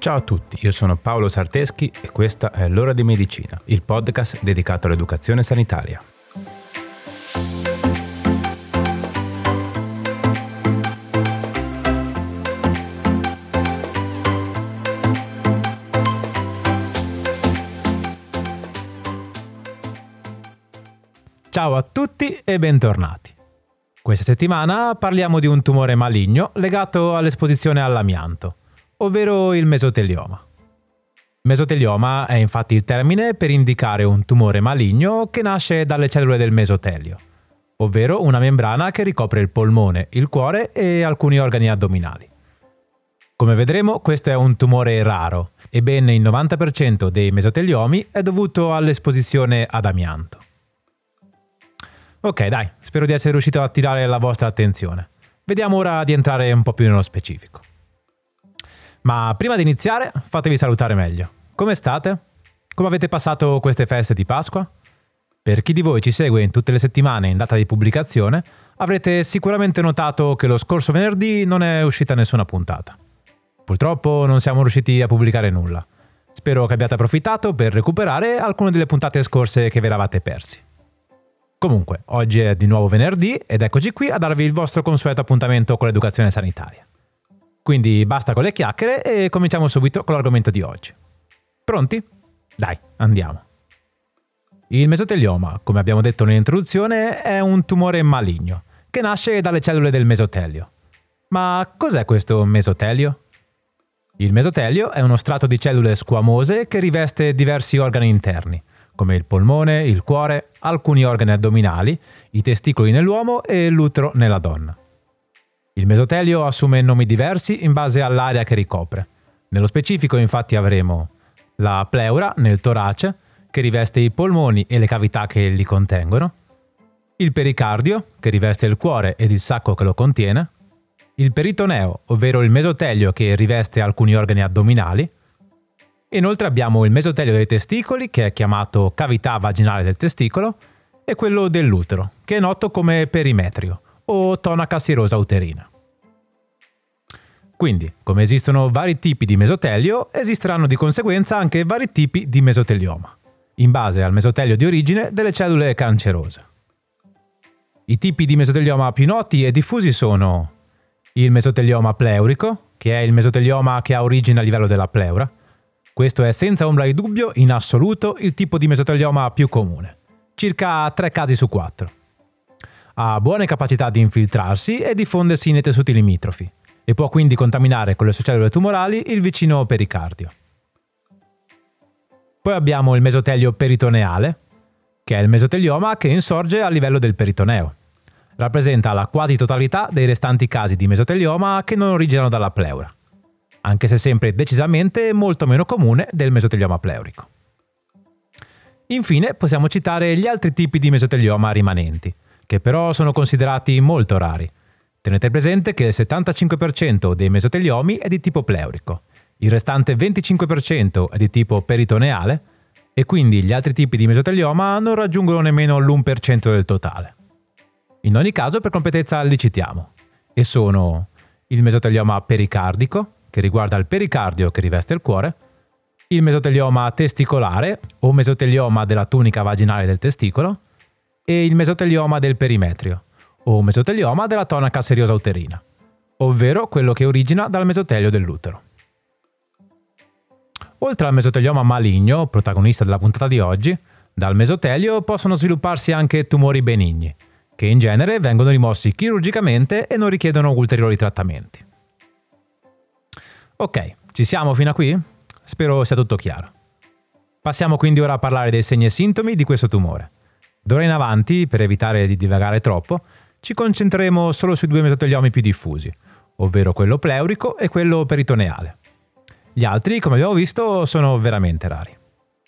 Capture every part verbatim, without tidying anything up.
Ciao a tutti, io sono Paolo Sarteschi e questa è L'Ora di Medicina, il podcast dedicato all'educazione sanitaria. Ciao a tutti e bentornati. Questa settimana parliamo di un tumore maligno legato all'esposizione all'amianto, ovvero il mesotelioma. Mesotelioma è infatti il termine per indicare un tumore maligno che nasce dalle cellule del mesotelio, ovvero una membrana che ricopre il polmone, il cuore e alcuni organi addominali. Come vedremo, questo è un tumore raro e ben il novanta per cento dei mesoteliomi è dovuto all'esposizione ad amianto. Ok, dai, spero di essere riuscito a attirare la vostra attenzione. Vediamo ora di entrare un po' più nello specifico. Ma prima di iniziare, fatevi salutare meglio. Come state? Come avete passato queste feste di Pasqua? Per chi di voi ci segue in tutte le settimane in data di pubblicazione, avrete sicuramente notato che lo scorso venerdì non è uscita nessuna puntata. Purtroppo non siamo riusciti a pubblicare nulla. Spero che abbiate approfittato per recuperare alcune delle puntate scorse che vi eravate persi. Comunque, oggi è di nuovo venerdì ed eccoci qui a darvi il vostro consueto appuntamento con l'educazione sanitaria. Quindi basta con le chiacchiere e cominciamo subito con l'argomento di oggi. Pronti? Dai, andiamo. Il mesotelioma, come abbiamo detto nell'introduzione, è un tumore maligno che nasce dalle cellule del mesotelio. Ma cos'è questo mesotelio? Il mesotelio è uno strato di cellule squamose che riveste diversi organi interni, come il polmone, il cuore, alcuni organi addominali, i testicoli nell'uomo e l'utero nella donna. Il mesotelio assume nomi diversi in base all'area che ricopre. Nello specifico infatti avremo la pleura nel torace, che riveste i polmoni e le cavità che li contengono, il pericardio, che riveste il cuore ed il sacco che lo contiene, il peritoneo, ovvero il mesotelio che riveste alcuni organi addominali. Inoltre abbiamo il mesotelio dei testicoli, che è chiamato cavità vaginale del testicolo, e quello dell'utero, che è noto come perimetrio o tonaca sirosa uterina. Quindi, come esistono vari tipi di mesotelio, esisteranno di conseguenza anche vari tipi di mesotelioma, in base al mesotelio di origine delle cellule cancerose. I tipi di mesotelioma più noti e diffusi sono il mesotelioma pleurico, che è il mesotelioma che ha origine a livello della pleura. Questo è senza ombra di dubbio in assoluto il tipo di mesotelioma più comune, circa tre casi su quattro. Ha buone capacità di infiltrarsi e diffondersi nei tessuti limitrofi e può quindi contaminare con le sue cellule tumorali il vicino pericardio. Poi abbiamo il mesotelio peritoneale, che è il mesotelioma che insorge a livello del peritoneo. Rappresenta la quasi totalità dei restanti casi di mesotelioma che non originano dalla pleura, anche se sempre decisamente molto meno comune del mesotelioma pleurico. Infine possiamo citare gli altri tipi di mesotelioma rimanenti, che però sono considerati molto rari. Tenete presente che il settantacinque per cento dei mesoteliomi è di tipo pleurico, il restante venticinque per cento è di tipo peritoneale e quindi gli altri tipi di mesotelioma non raggiungono nemmeno l'uno per cento del totale. In ogni caso, per completezza li citiamo, e sono il mesotelioma pericardico, che riguarda il pericardio che riveste il cuore, il mesotelioma testicolare o mesotelioma della tunica vaginale del testicolo e il mesotelioma del perimetrio o mesotelioma della tonaca seriosa uterina, ovvero quello che origina dal mesotelio dell'utero. Oltre al mesotelioma maligno, protagonista della puntata di oggi, dal mesotelio possono svilupparsi anche tumori benigni, che in genere vengono rimossi chirurgicamente e non richiedono ulteriori trattamenti. Ok, ci siamo fino a qui? Spero sia tutto chiaro. Passiamo quindi ora a parlare dei segni e sintomi di questo tumore. D'ora in avanti, per evitare di divagare troppo, ci concentreremo solo sui due mesoteliomi più diffusi, ovvero quello pleurico e quello peritoneale. Gli altri, come abbiamo visto, sono veramente rari.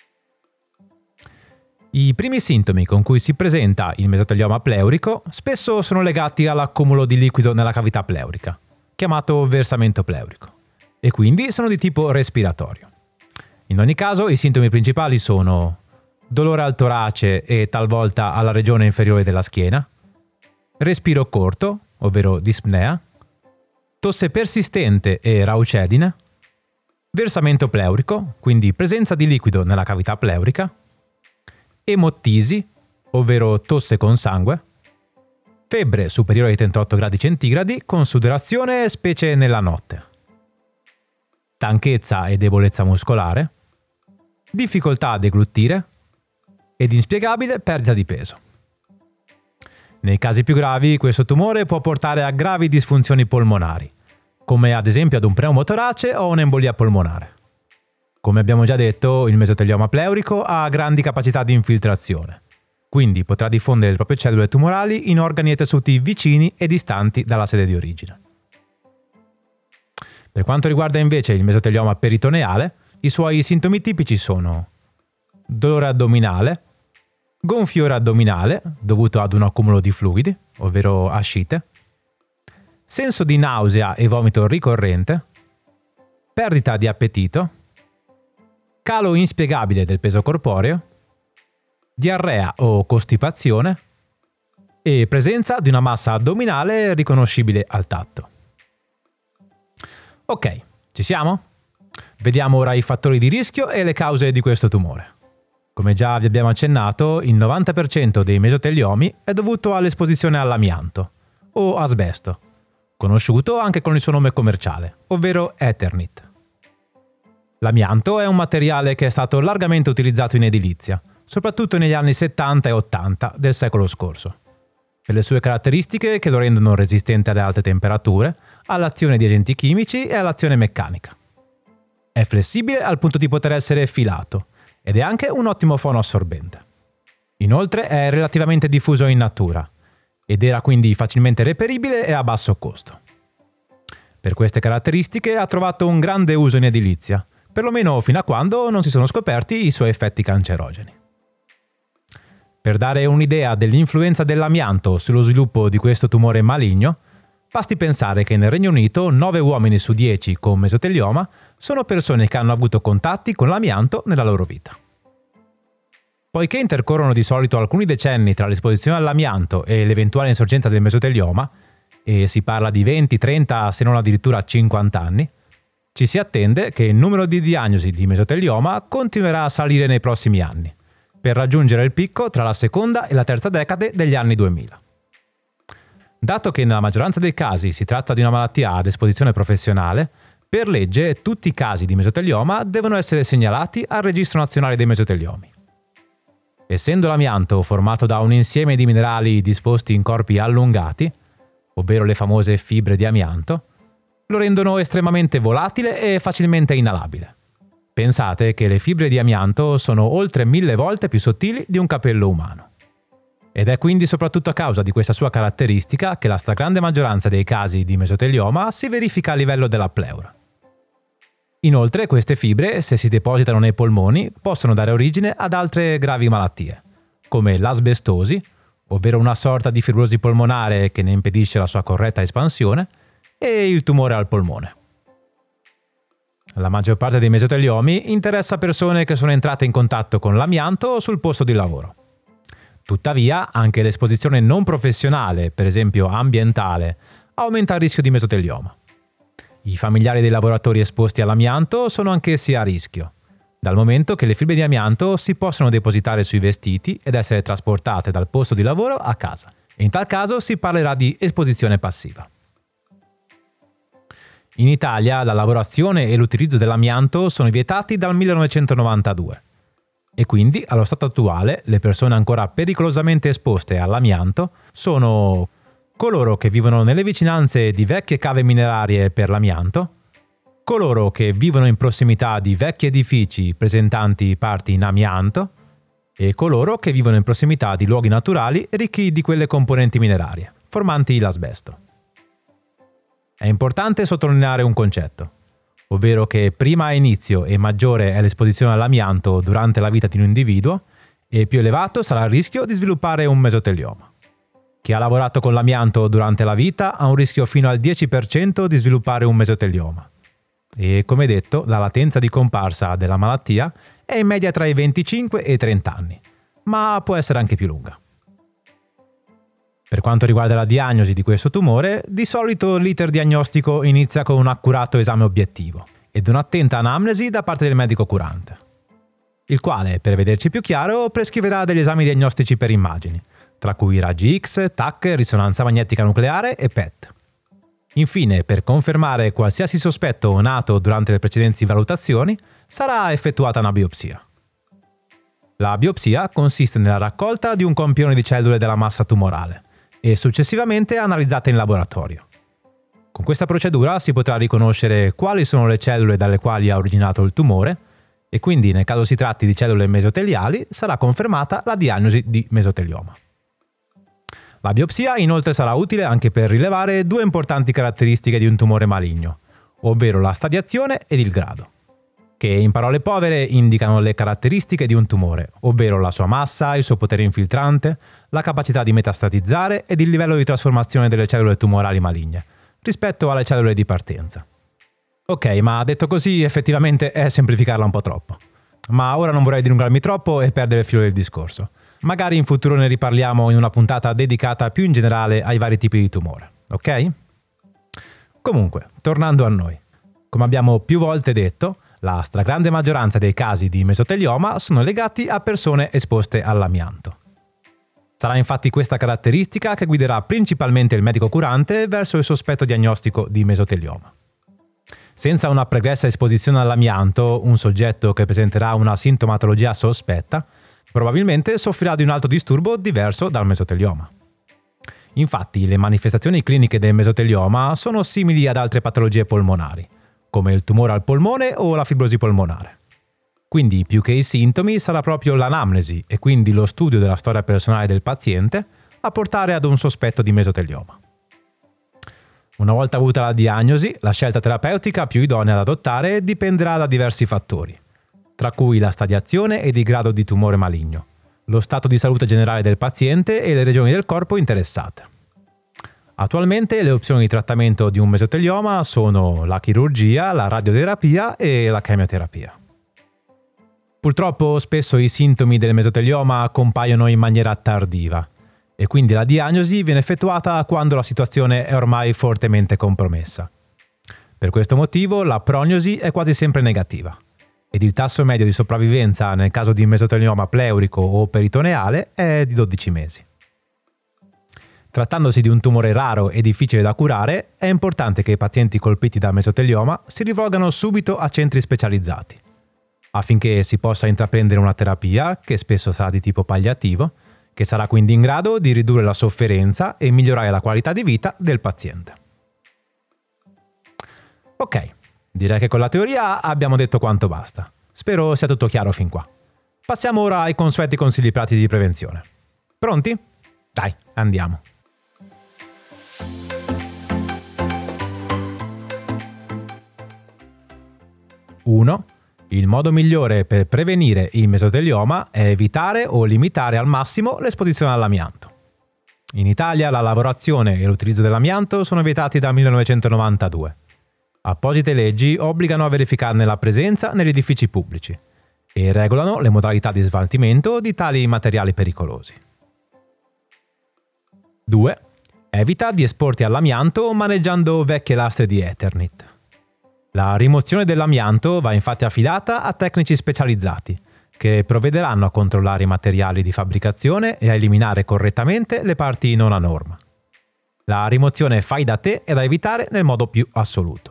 I primi sintomi con cui si presenta il mesotelioma pleurico spesso sono legati all'accumulo di liquido nella cavità pleurica, chiamato versamento pleurico, e quindi sono di tipo respiratorio. In ogni caso, i sintomi principali sono dolore al torace e talvolta alla regione inferiore della schiena, respiro corto, ovvero dispnea, tosse persistente e raucedine, versamento pleurico, quindi presenza di liquido nella cavità pleurica, emottisi, ovvero tosse con sangue, febbre superiore ai trentotto gradi centigradi con sudorazione specie nella notte, stanchezza e debolezza muscolare, difficoltà a deglutire ed inspiegabile perdita di peso. Nei casi più gravi questo tumore può portare a gravi disfunzioni polmonari, come ad esempio ad un pneumotorace o un'embolia polmonare. Come abbiamo già detto, il mesotelioma pleurico ha grandi capacità di infiltrazione, quindi potrà diffondere le proprie cellule tumorali in organi e tessuti vicini e distanti dalla sede di origine. Per quanto riguarda invece il mesotelioma peritoneale, i suoi sintomi tipici sono dolore addominale, gonfiore addominale dovuto ad un accumulo di fluidi, ovvero ascite, senso di nausea e vomito ricorrente, perdita di appetito, calo inspiegabile del peso corporeo, diarrea o costipazione e presenza di una massa addominale riconoscibile al tatto. Ok, ci siamo? Vediamo ora i fattori di rischio e le cause di questo tumore. Come già vi abbiamo accennato, il novanta per cento dei mesoteliomi è dovuto all'esposizione all'amianto o asbesto, conosciuto anche con il suo nome commerciale, ovvero Eternit. L'amianto è un materiale che è stato largamente utilizzato in edilizia, soprattutto negli anni settanta e ottanta del secolo scorso, per le sue caratteristiche che lo rendono resistente alle alte temperature, all'azione di agenti chimici e all'azione meccanica. È flessibile al punto di poter essere filato ed è anche un ottimo fonoassorbente. Inoltre è relativamente diffuso in natura ed era quindi facilmente reperibile e a basso costo. Per queste caratteristiche ha trovato un grande uso in edilizia, perlomeno fino a quando non si sono scoperti i suoi effetti cancerogeni. Per dare un'idea dell'influenza dell'amianto sullo sviluppo di questo tumore maligno, basti pensare che nel Regno Unito nove uomini su dieci con mesotelioma sono persone che hanno avuto contatti con l'amianto nella loro vita. Poiché intercorrono di solito alcuni decenni tra l'esposizione all'amianto e l'eventuale insorgenza del mesotelioma, e si parla di venti, trenta se non addirittura cinquanta anni, ci si attende che il numero di diagnosi di mesotelioma continuerà a salire nei prossimi anni, per raggiungere il picco tra la seconda e la terza decade degli anni duemila. Dato che nella maggioranza dei casi si tratta di una malattia ad esposizione professionale, per legge tutti i casi di mesotelioma devono essere segnalati al Registro Nazionale dei Mesoteliomi. Essendo l'amianto formato da un insieme di minerali disposti in corpi allungati, ovvero le famose fibre di amianto, lo rendono estremamente volatile e facilmente inalabile. Pensate che le fibre di amianto sono oltre mille volte più sottili di un capello umano. Ed è quindi soprattutto a causa di questa sua caratteristica che la stragrande maggioranza dei casi di mesotelioma si verifica a livello della pleura. Inoltre queste fibre, se si depositano nei polmoni, possono dare origine ad altre gravi malattie, come l'asbestosi, ovvero una sorta di fibrosi polmonare che ne impedisce la sua corretta espansione, e il tumore al polmone. La maggior parte dei mesoteliomi interessa persone che sono entrate in contatto con l'amianto sul posto di lavoro. Tuttavia, anche l'esposizione non professionale, per esempio ambientale, aumenta il rischio di mesotelioma. I familiari dei lavoratori esposti all'amianto sono anch'essi a rischio, dal momento che le fibre di amianto si possono depositare sui vestiti ed essere trasportate dal posto di lavoro a casa. E in tal caso si parlerà di esposizione passiva. In Italia la lavorazione e l'utilizzo dell'amianto sono vietati dal millenovecentonovantadue e quindi allo stato attuale le persone ancora pericolosamente esposte all'amianto sono coloro che vivono nelle vicinanze di vecchie cave minerarie per l'amianto, coloro che vivono in prossimità di vecchi edifici presentanti parti in amianto e coloro che vivono in prossimità di luoghi naturali ricchi di quelle componenti minerarie, formanti l'asbesto. È importante sottolineare un concetto, ovvero che prima ha inizio e maggiore è l'esposizione all'amianto durante la vita di un individuo e più elevato sarà il rischio di sviluppare un mesotelioma. Chi ha lavorato con l'amianto durante la vita ha un rischio fino al dieci per cento di sviluppare un mesotelioma. E come detto, la latenza di comparsa della malattia è in media tra i venticinque e i trenta anni, ma può essere anche più lunga. Per quanto riguarda la diagnosi di questo tumore, di solito l'iter diagnostico inizia con un accurato esame obiettivo ed un'attenta anamnesi da parte del medico curante, il quale, per vederci più chiaro, prescriverà degli esami diagnostici per immagini, tra cui raggi X, T A C, risonanza magnetica nucleare e P E T. Infine, per confermare qualsiasi sospetto nato durante le precedenti valutazioni, sarà effettuata una biopsia. La biopsia consiste nella raccolta di un campione di cellule della massa tumorale e successivamente analizzate in laboratorio. Con questa procedura si potrà riconoscere quali sono le cellule dalle quali ha originato il tumore e quindi, nel caso si tratti di cellule mesoteliali, sarà confermata la diagnosi di mesotelioma. La biopsia inoltre sarà utile anche per rilevare due importanti caratteristiche di un tumore maligno, ovvero la stadiazione ed il grado, che in parole povere indicano le caratteristiche di un tumore, ovvero la sua massa, il suo potere infiltrante, la capacità di metastatizzare ed il livello di trasformazione delle cellule tumorali maligne, rispetto alle cellule di partenza. Ok, ma detto così effettivamente è semplificarla un po' troppo. Ma ora non vorrei dilungarmi troppo e perdere il filo del discorso. Magari in futuro ne riparliamo in una puntata dedicata più in generale ai vari tipi di tumore, ok? Comunque, tornando a noi. Come abbiamo più volte detto, la stragrande maggioranza dei casi di mesotelioma sono legati a persone esposte all'amianto. Sarà infatti questa caratteristica che guiderà principalmente il medico curante verso il sospetto diagnostico di mesotelioma. Senza una pregressa esposizione all'amianto, un soggetto che presenterà una sintomatologia sospetta probabilmente soffrirà di un altro disturbo diverso dal mesotelioma. Infatti, le manifestazioni cliniche del mesotelioma sono simili ad altre patologie polmonari, come il tumore al polmone o la fibrosi polmonare. Quindi, più che i sintomi, sarà proprio l'anamnesi e quindi lo studio della storia personale del paziente a portare ad un sospetto di mesotelioma. Una volta avuta la diagnosi, la scelta terapeutica più idonea ad adottare dipenderà da diversi fattori, tra cui la stadiazione ed il grado di tumore maligno, lo stato di salute generale del paziente e le regioni del corpo interessate. Attualmente le opzioni di trattamento di un mesotelioma sono la chirurgia, la radioterapia e la chemioterapia. Purtroppo spesso i sintomi del mesotelioma compaiono in maniera tardiva e quindi la diagnosi viene effettuata quando la situazione è ormai fortemente compromessa. Per questo motivo la prognosi è quasi sempre negativa ed il tasso medio di sopravvivenza nel caso di mesotelioma pleurico o peritoneale è di dodici mesi. Trattandosi di un tumore raro e difficile da curare, è importante che i pazienti colpiti da mesotelioma si rivolgano subito a centri specializzati, affinché si possa intraprendere una terapia, che spesso sarà di tipo palliativo, che sarà quindi in grado di ridurre la sofferenza e migliorare la qualità di vita del paziente. Ok, direi che con la teoria abbiamo detto quanto basta. Spero sia tutto chiaro fin qua. Passiamo ora ai consueti consigli pratici di prevenzione. Pronti? Dai, andiamo. uno. Il modo migliore per prevenire il mesotelioma è evitare o limitare al massimo l'esposizione all'amianto. In Italia la lavorazione e l'utilizzo dell'amianto sono vietati dal millenovecentonovantadue. Apposite leggi obbligano a verificarne la presenza negli edifici pubblici e regolano le modalità di smaltimento di tali materiali pericolosi. due. Evita di esporti all'amianto maneggiando vecchie lastre di Eternit. La rimozione dell'amianto va infatti affidata a tecnici specializzati, che provvederanno a controllare i materiali di fabbricazione e a eliminare correttamente le parti non a norma. La rimozione fai da te è da evitare nel modo più assoluto.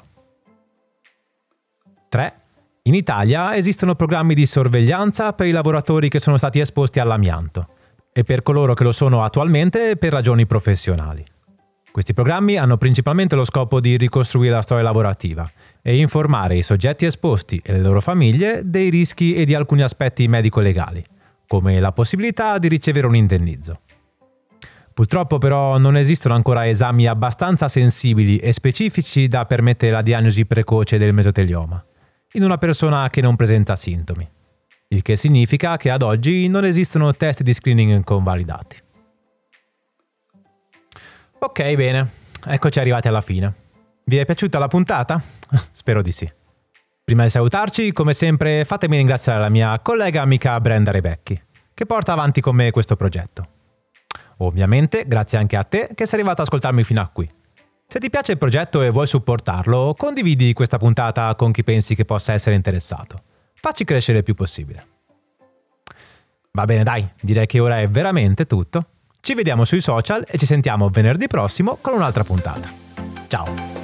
tre. In Italia esistono programmi di sorveglianza per i lavoratori che sono stati esposti all'amianto e per coloro che lo sono attualmente per ragioni professionali. Questi programmi hanno principalmente lo scopo di ricostruire la storia lavorativa e informare i soggetti esposti e le loro famiglie dei rischi e di alcuni aspetti medico-legali, come la possibilità di ricevere un indennizzo. Purtroppo però non esistono ancora esami abbastanza sensibili e specifici da permettere la diagnosi precoce del mesotelioma in una persona che non presenta sintomi, il che significa che ad oggi non esistono test di screening convalidati. Ok, bene, eccoci arrivati alla fine. Vi è piaciuta la puntata? Spero di sì. Prima di salutarci, come sempre, fatemi ringraziare la mia collega amica Brenda Rebecchi, che porta avanti con me questo progetto. Ovviamente, grazie anche a te che sei arrivato ad ascoltarmi fino a qui. Se ti piace il progetto e vuoi supportarlo, condividi questa puntata con chi pensi che possa essere interessato. Facci crescere il più possibile. Va bene, dai, direi che ora è veramente tutto. Ci vediamo sui social e ci sentiamo venerdì prossimo con un'altra puntata. Ciao!